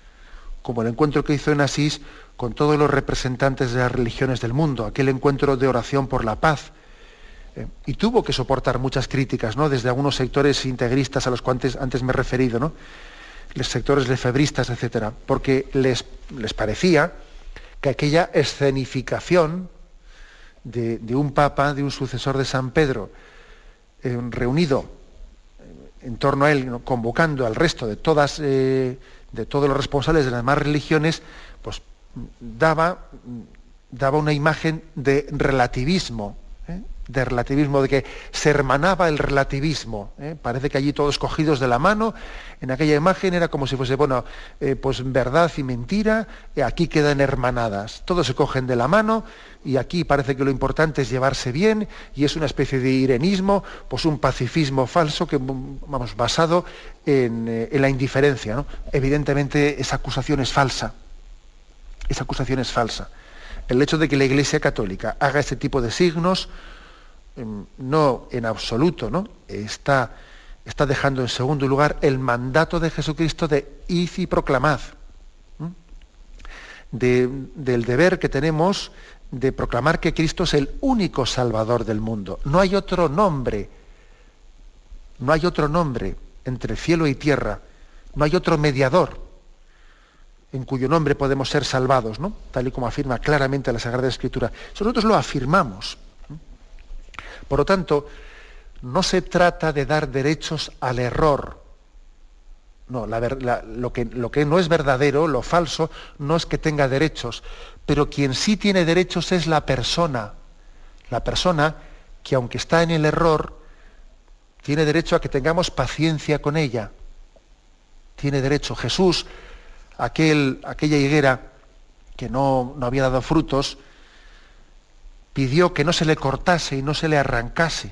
con todos los representantes de las religiones del mundo, aquel encuentro de oración por la paz. Y tuvo que soportar muchas críticas, ¿no?, desde algunos sectores integristas a los cuales antes me he referido, ¿no?, los sectores lefebristas, etcétera, porque les parecía que aquella escenificación de un papa, de un sucesor de San Pedro, reunido en torno a él, ¿no?, convocando al resto de todos los responsables de las demás religiones, pues daba una imagen de relativismo, de que se hermanaba el relativismo. Parece que allí todos cogidos de la mano, en aquella imagen era como si fuese, pues verdad y mentira, aquí quedan hermanadas, todos se cogen de la mano, y aquí parece que lo importante es llevarse bien, y es una especie de irenismo, pues un pacifismo falso, basado en la indiferencia, ¿no? Evidentemente esa acusación es falsa. El hecho de que la Iglesia Católica haga ese tipo de signos, no en absoluto, ¿no?, está dejando en segundo lugar el mandato de Jesucristo de id y proclamad. del deber que tenemos de proclamar que Cristo es el único Salvador del mundo. No hay otro nombre entre cielo y tierra, no hay otro mediador en cuyo nombre podemos ser salvados, ¿no? Tal y como afirma claramente la Sagrada Escritura. Nosotros lo afirmamos. Por lo tanto, no se trata de dar derechos al error. No, lo que no es verdadero, lo falso, no es que tenga derechos, pero quien sí tiene derechos es la persona que, aunque está en el error, tiene derecho a que tengamos paciencia con ella. Tiene derecho. Jesús, aquella higuera que no había dado frutos, pidió que no se le cortase y no se le arrancase.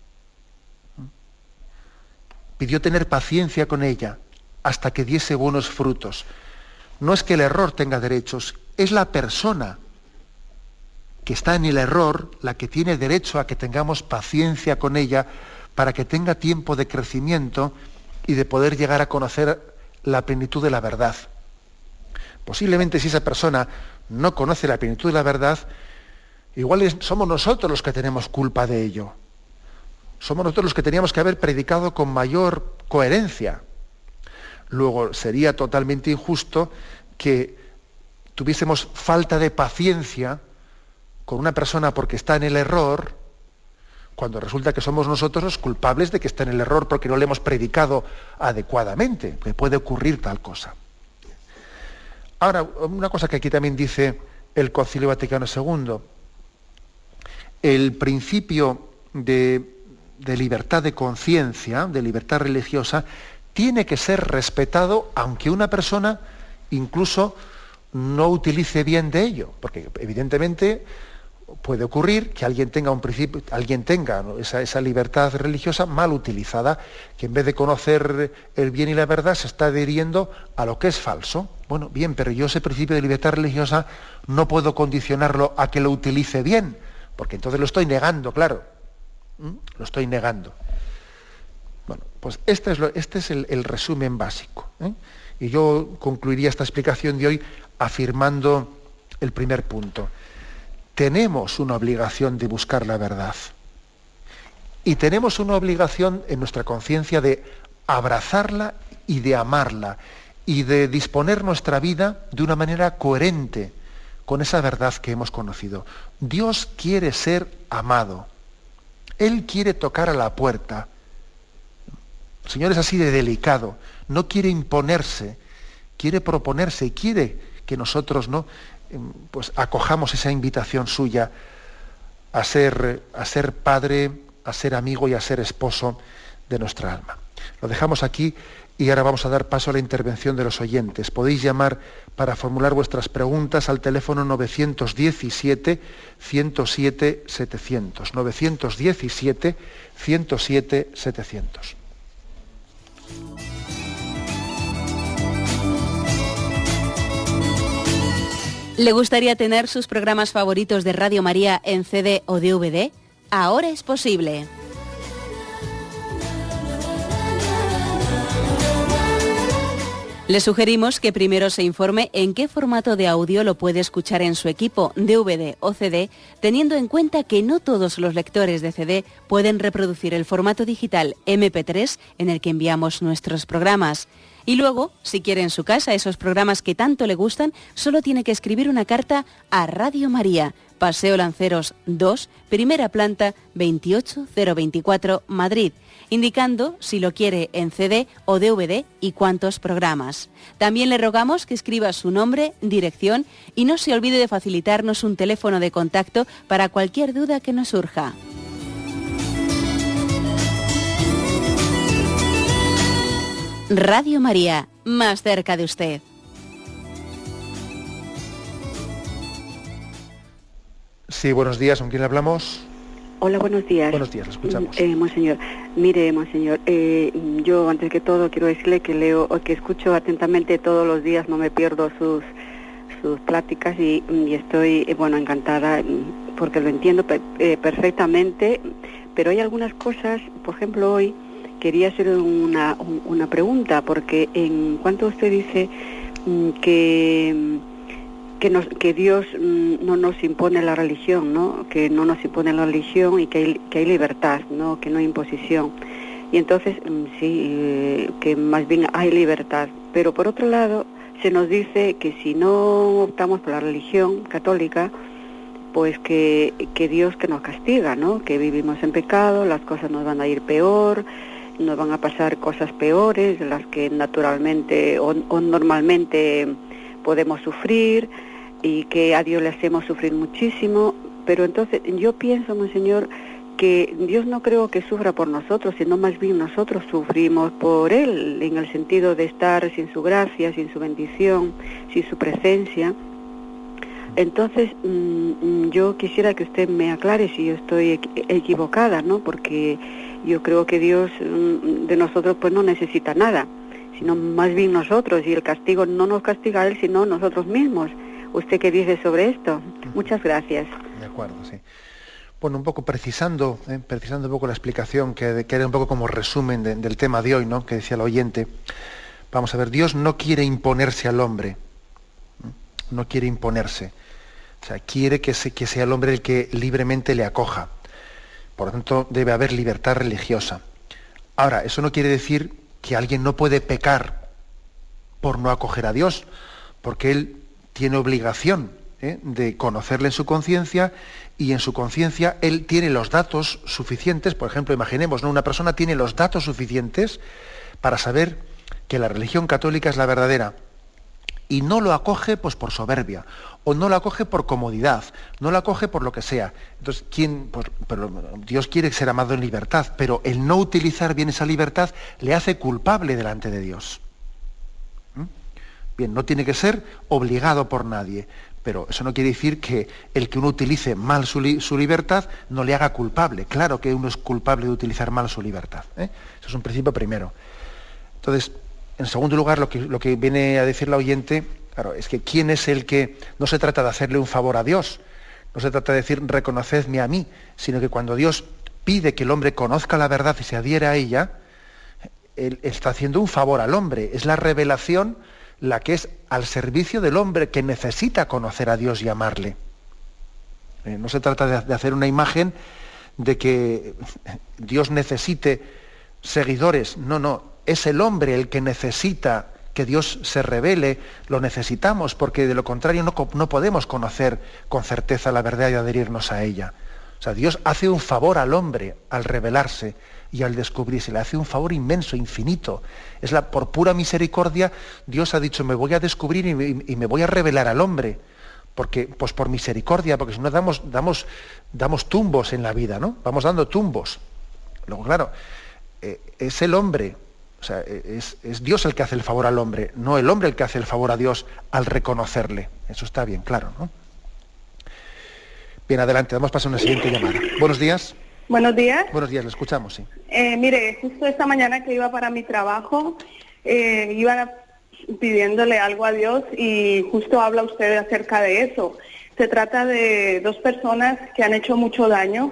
Pidió tener paciencia con ella hasta que diese buenos frutos. No es que el error tenga derechos, es la persona que está en el error la que tiene derecho a que tengamos paciencia con ella para que tenga tiempo de crecimiento y de poder llegar a conocer la plenitud de la verdad. Posiblemente si esa persona no conoce la plenitud de la verdad, igual somos nosotros los que tenemos culpa de ello. Somos nosotros los que teníamos que haber predicado con mayor coherencia. Luego sería totalmente injusto que tuviésemos falta de paciencia con una persona porque está en el error, cuando resulta que somos nosotros los culpables de que está en el error porque no le hemos predicado adecuadamente, que puede ocurrir tal cosa. Ahora, una cosa que aquí también dice el Concilio Vaticano II, el principio de libertad de conciencia, de libertad religiosa, tiene que ser respetado aunque una persona incluso no utilice bien de ello, porque evidentemente puede ocurrir que alguien tenga ¿no? esa libertad religiosa mal utilizada, que en vez de conocer el bien y la verdad se está adhiriendo a lo que es falso. Bueno, bien, pero yo ese principio de libertad religiosa no puedo condicionarlo a que lo utilice bien, porque entonces lo estoy negando, claro. Lo estoy negando. Bueno, pues este es el resumen básico, ¿eh? Y yo concluiría esta explicación de hoy afirmando el primer punto. Tenemos una obligación de buscar la verdad. Y tenemos una obligación en nuestra conciencia de abrazarla y de amarla y de disponer nuestra vida de una manera coherente con esa verdad que hemos conocido. Dios quiere ser amado. Él quiere tocar a la puerta. El Señor es así de delicado. No quiere imponerse, quiere proponerse y quiere que nosotros, ¿no?, pues acojamos esa invitación suya a ser padre, a ser amigo y a ser esposo de nuestra alma. Lo dejamos aquí y ahora vamos a dar paso a la intervención de los oyentes. Podéis llamar para formular vuestras preguntas al teléfono 917-107-700. 917-107-700. ¿Le gustaría tener sus programas favoritos de Radio María en CD o DVD? Ahora es posible. Le sugerimos que primero se informe en qué formato de audio lo puede escuchar en su equipo, DVD o CD, teniendo en cuenta que no todos los lectores de CD pueden reproducir el formato digital MP3 en el que enviamos nuestros programas. Y luego, si quiere en su casa esos programas que tanto le gustan, solo tiene que escribir una carta a Radio María, Paseo Lanceros 2, primera planta, 28024, Madrid, indicando si lo quiere en CD o DVD y cuántos programas. También le rogamos que escriba su nombre, dirección y no se olvide de facilitarnos un teléfono de contacto para cualquier duda que nos surja. Radio María, más cerca de usted. Sí, buenos días, ¿con quién hablamos? Hola, buenos días. Buenos días, lo escuchamos. Monseñor, mire, Monseñor, yo antes que todo quiero decirle que escucho atentamente todos los días, no me pierdo sus pláticas y estoy, encantada porque lo entiendo perfectamente, pero hay algunas cosas, por ejemplo, hoy quería hacer una pregunta, porque en cuanto usted dice que que Dios no nos impone la religión, ¿no? Que no nos impone la religión y que hay libertad, ¿no? Que no hay imposición. Y entonces, sí, que más bien hay libertad. Pero por otro lado, se nos dice que si no optamos por la religión católica, pues que Dios que nos castiga, ¿no? Que vivimos en pecado, las cosas nos van a ir peor, nos van a pasar cosas peores de las que naturalmente o normalmente podemos sufrir, y que a Dios le hacemos sufrir muchísimo. Pero entonces yo pienso, Monseñor, que Dios no creo que sufra por nosotros, sino más bien nosotros sufrimos por Él, en el sentido de estar sin su gracia, sin su bendición, sin su presencia. Entonces, yo quisiera que usted me aclare si yo estoy equivocada, ¿no? Porque yo creo que Dios de nosotros pues no necesita nada, sino más bien nosotros, y el castigo no nos castiga a Él, sino nosotros mismos. ¿Usted qué dice sobre esto? Muchas gracias. De acuerdo, sí. Bueno, un poco precisando un poco la explicación, que era un poco como resumen del tema de hoy, ¿no? Que decía el oyente. Vamos a ver, Dios no quiere imponerse al hombre, no quiere imponerse. O sea, quiere que sea el hombre el que libremente le acoja. Por lo tanto, debe haber libertad religiosa. Ahora, eso no quiere decir que alguien no puede pecar por no acoger a Dios, porque él tiene obligación de conocerle en su conciencia, y en su conciencia él tiene los datos suficientes. Por ejemplo, imaginemos, ¿no? Una persona tiene los datos suficientes para saber que la religión católica es la verdadera, y no lo acoge pues por soberbia, o no lo acoge por comodidad, no lo acoge por lo que sea. Entonces, pero Dios quiere ser amado en libertad, pero el no utilizar bien esa libertad le hace culpable delante de Dios. Bien, no tiene que ser obligado por nadie, pero eso no quiere decir que el que uno utilice mal su libertad no le haga culpable. Claro que uno es culpable de utilizar mal su libertad, ¿eh? Eso es un principio primero. Entonces, en segundo lugar, lo que viene a decir la oyente, claro, es que ¿quién es el que...? No se trata de hacerle un favor a Dios, no se trata de decir reconocedme a mí, sino que cuando Dios pide que el hombre conozca la verdad y se adhiera a ella, Él está haciendo un favor al hombre. Es la revelación la que es al servicio del hombre que necesita conocer a Dios y amarle. No se trata de hacer una imagen de que Dios necesite seguidores. No, es el hombre el que necesita que Dios se revele. Lo necesitamos, porque de lo contrario no podemos conocer con certeza la verdad y adherirnos a ella. O sea, Dios hace un favor al hombre al revelarse y al descubrirse, le hace un favor inmenso, infinito. Por pura misericordia, Dios ha dicho, me voy a descubrir y me voy a revelar al hombre, porque, pues por misericordia, porque si no damos tumbos en la vida, ¿no? Vamos dando tumbos. Luego, claro, es el hombre, o sea, es Dios el que hace el favor al hombre, no el hombre el que hace el favor a Dios al reconocerle. Eso está bien claro, ¿no? Bien, adelante, vamos a pasar a una siguiente llamada. Buenos días. Buenos días. Buenos días, le escuchamos, sí. Mire, justo esta mañana que iba para mi trabajo, iba pidiéndole algo a Dios, y justo habla usted acerca de eso. Se trata de dos personas que han hecho mucho daño,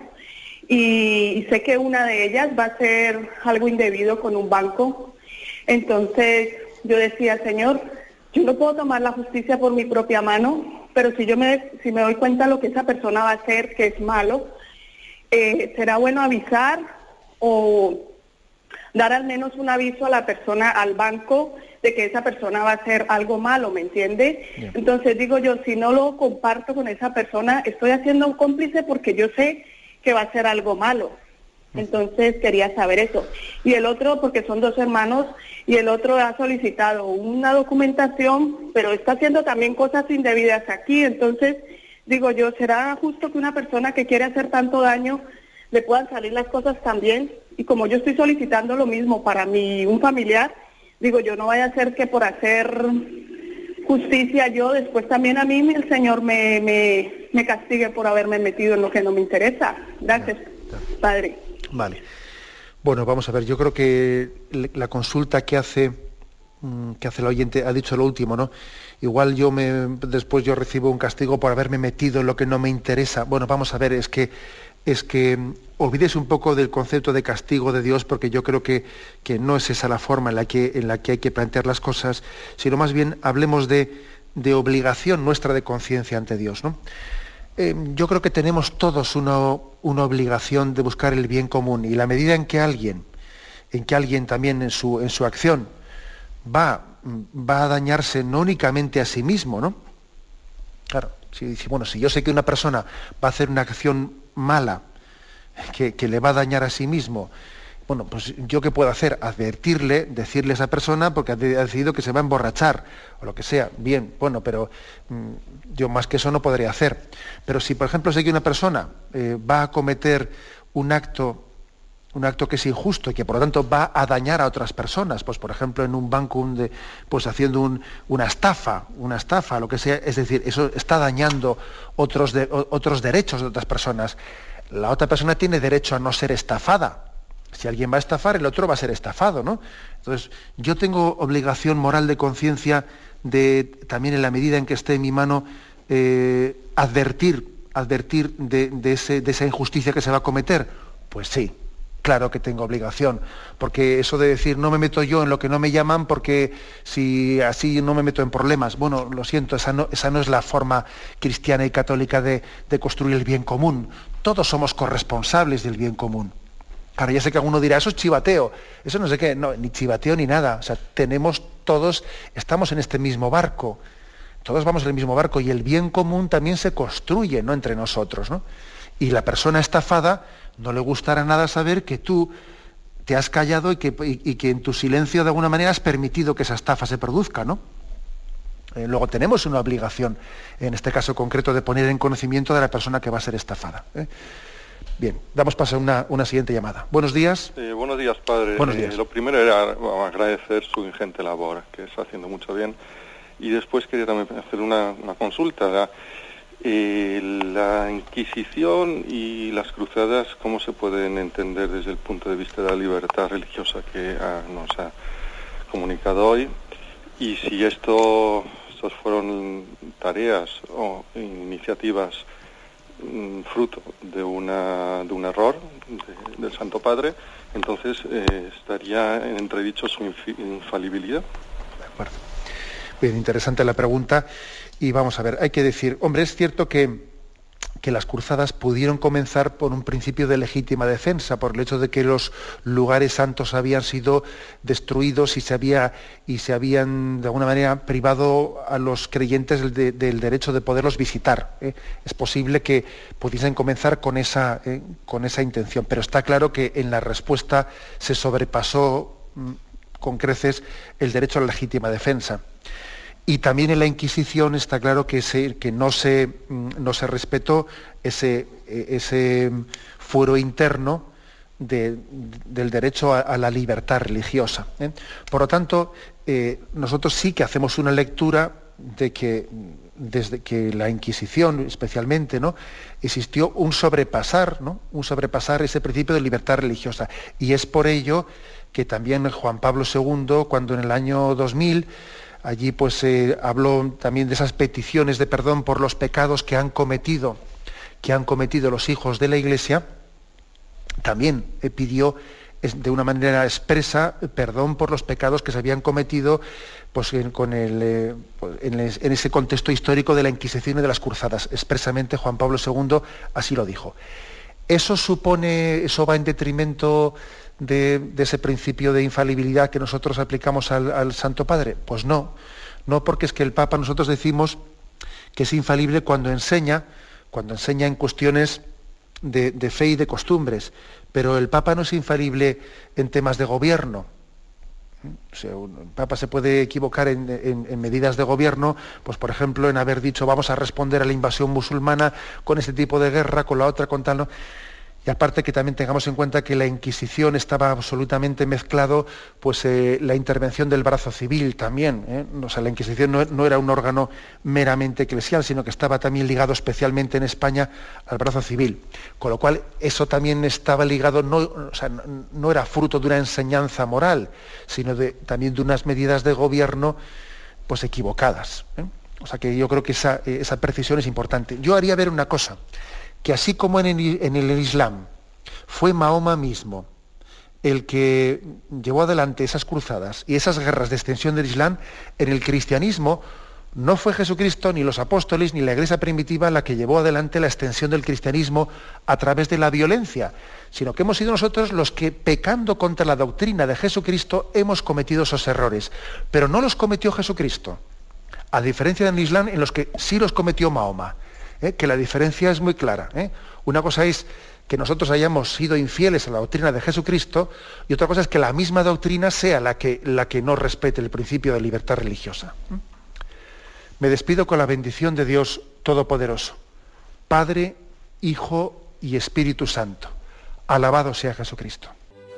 y sé que una de ellas va a hacer algo indebido con un banco. Entonces yo decía, Señor, yo no puedo tomar la justicia por mi propia mano, pero si me doy cuenta de lo que esa persona va a hacer, que es malo, será bueno avisar o dar al menos un aviso a la persona, al banco, de que esa persona va a hacer algo malo, ¿me entiende? Bien. Entonces digo yo, si no lo comparto con esa persona, estoy haciendo un cómplice porque yo sé que va a hacer algo malo. Entonces quería saber eso. Y el otro, porque son dos hermanos, y el otro ha solicitado una documentación, pero está haciendo también cosas indebidas aquí. Entonces digo yo, ¿será justo que una persona que quiere hacer tanto daño le puedan salir las cosas también? Y como yo estoy solicitando lo mismo para un familiar, digo yo, no vaya a ser que por hacer justicia yo, después también a mí el Señor me castigue por haberme metido en lo que no me interesa. Gracias, Padre. Vale. Bueno, vamos a ver, yo creo que la consulta que hace el oyente ha dicho lo último, ¿no? Igual después yo recibo un castigo por haberme metido en lo que no me interesa. Bueno, vamos a ver, es que olvides un poco del concepto de castigo de Dios, porque yo creo que no es esa la forma en la que hay que plantear las cosas, sino más bien hablemos de de obligación nuestra de conciencia ante Dios, ¿no? Yo creo que tenemos todos una obligación de buscar el bien común, y la medida en que alguien también en su acción va a dañarse no únicamente a sí mismo, ¿no? Claro, si yo sé que una persona va a hacer una acción mala que le va a dañar a sí mismo, bueno, pues yo qué puedo hacer, decirle a esa persona porque ha decidido que se va a emborrachar o lo que sea, bien, bueno, pero yo más que eso no podría hacer. Pero si, por ejemplo, sé que una persona va a cometer un acto que es injusto y que por lo tanto va a dañar a otras personas, pues por ejemplo en un banco, pues haciendo una estafa, lo que sea, es decir, eso está dañando otros derechos de otras personas. La otra persona tiene derecho a no ser estafada. Si alguien va a estafar, el otro va a ser estafado, ¿no? Entonces, yo tengo obligación moral de conciencia de, también en la medida en que esté en mi mano, advertir de esa injusticia que se va a cometer. Pues sí, claro que tengo obligación, porque eso de decir no me meto yo en lo que no me llaman porque si así no me meto en problemas, bueno, lo siento, esa no es la forma cristiana y católica de construir el bien común. Todos somos corresponsables del bien común. Ahora ya sé que alguno dirá, eso es chivateo, eso no sé qué, no, ni chivateo ni nada, o sea, estamos en este mismo barco, todos vamos en el mismo barco y el bien común también se construye, ¿no?, entre nosotros, ¿no? Y la persona estafada no le gustará nada saber que tú te has callado y que en tu silencio de alguna manera has permitido que esa estafa se produzca, ¿no? Luego tenemos una obligación, en este caso concreto, de poner en conocimiento de la persona que va a ser estafada, ¿eh? Bien, damos paso a una siguiente llamada. Buenos días. Buenos días, padre. Buenos días. Lo primero era agradecer su ingente labor, que está haciendo mucho bien. Y después quería también hacer una consulta. La Inquisición y las cruzadas, ¿cómo se pueden entender desde el punto de vista de la libertad religiosa que nos ha comunicado hoy? Y si estos fueron tareas o iniciativas fruto de un error del Santo Padre, entonces estaría en entredicho su infalibilidad. De acuerdo. Bien, interesante la pregunta. Y vamos a ver, hay que decir, hombre, es cierto que las cruzadas pudieron comenzar por un principio de legítima defensa, por el hecho de que los lugares santos habían sido destruidos y se habían de alguna manera privado a los creyentes del derecho de poderlos visitar. Es posible que pudiesen comenzar con esa intención, pero está claro que en la respuesta se sobrepasó con creces el derecho a la legítima defensa. Y también en la Inquisición está claro que no se respetó ese fuero interno del derecho a la libertad religiosa, ¿eh? Por lo tanto, nosotros sí que hacemos una lectura de que desde que la Inquisición especialmente, ¿no?, existió un sobrepasar ese principio de libertad religiosa. Y es por ello que también Juan Pablo II, cuando en el año 2000 allí pues habló también de esas peticiones de perdón por los pecados que han cometido los hijos de la Iglesia, también pidió de una manera expresa perdón por los pecados que se habían cometido pues en ese contexto histórico de la Inquisición y de las Cruzadas. Expresamente Juan Pablo II así lo dijo. ¿Eso va en detrimento de ese principio de infalibilidad que nosotros aplicamos al Santo Padre? Pues no, porque es que el Papa, nosotros decimos que es infalible cuando enseña en cuestiones de fe y de costumbres, pero el Papa no es infalible en temas de gobierno. O sea, el Papa se puede equivocar en medidas de gobierno, pues por ejemplo en haber dicho vamos a responder a la invasión musulmana con este tipo de guerra, con la otra, con tal, ¿no? Y aparte que también tengamos en cuenta que la Inquisición estaba absolutamente mezclado, pues la intervención del brazo civil también, ¿eh? O sea, la Inquisición no era un órgano meramente eclesial, sino que estaba también ligado especialmente en España al brazo civil. Con lo cual, eso también estaba ligado, no era fruto de una enseñanza moral, sino también de unas medidas de gobierno pues equivocadas, ¿eh? O sea que yo creo que esa precisión es importante. Yo haría ver una cosa, que así como en el Islam fue Mahoma mismo el que llevó adelante esas cruzadas y esas guerras de extensión del Islam, en el cristianismo No fue Jesucristo, ni los apóstoles, ni la Iglesia primitiva la que llevó adelante la extensión del cristianismo a través de la violencia, sino que hemos sido nosotros los que, pecando contra la doctrina de Jesucristo, hemos cometido esos errores. Pero no los cometió Jesucristo, a diferencia del Islam, en los que sí los cometió Mahoma, que la diferencia es muy clara. Una cosa es que nosotros hayamos sido infieles a la doctrina de Jesucristo, y otra cosa es que la misma doctrina sea la que no respete el principio de libertad religiosa. Me despido con la bendición de Dios Todopoderoso, Padre, Hijo y Espíritu Santo. Alabado sea Jesucristo.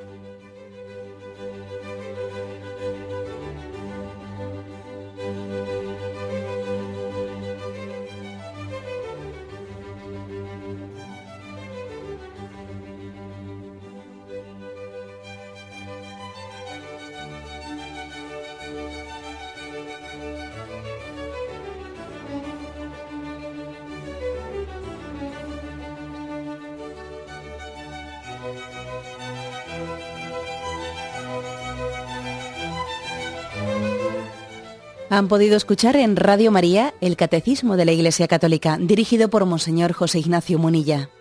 Han podido escuchar en Radio María el Catecismo de la Iglesia Católica, dirigido por Monseñor José Ignacio Munilla.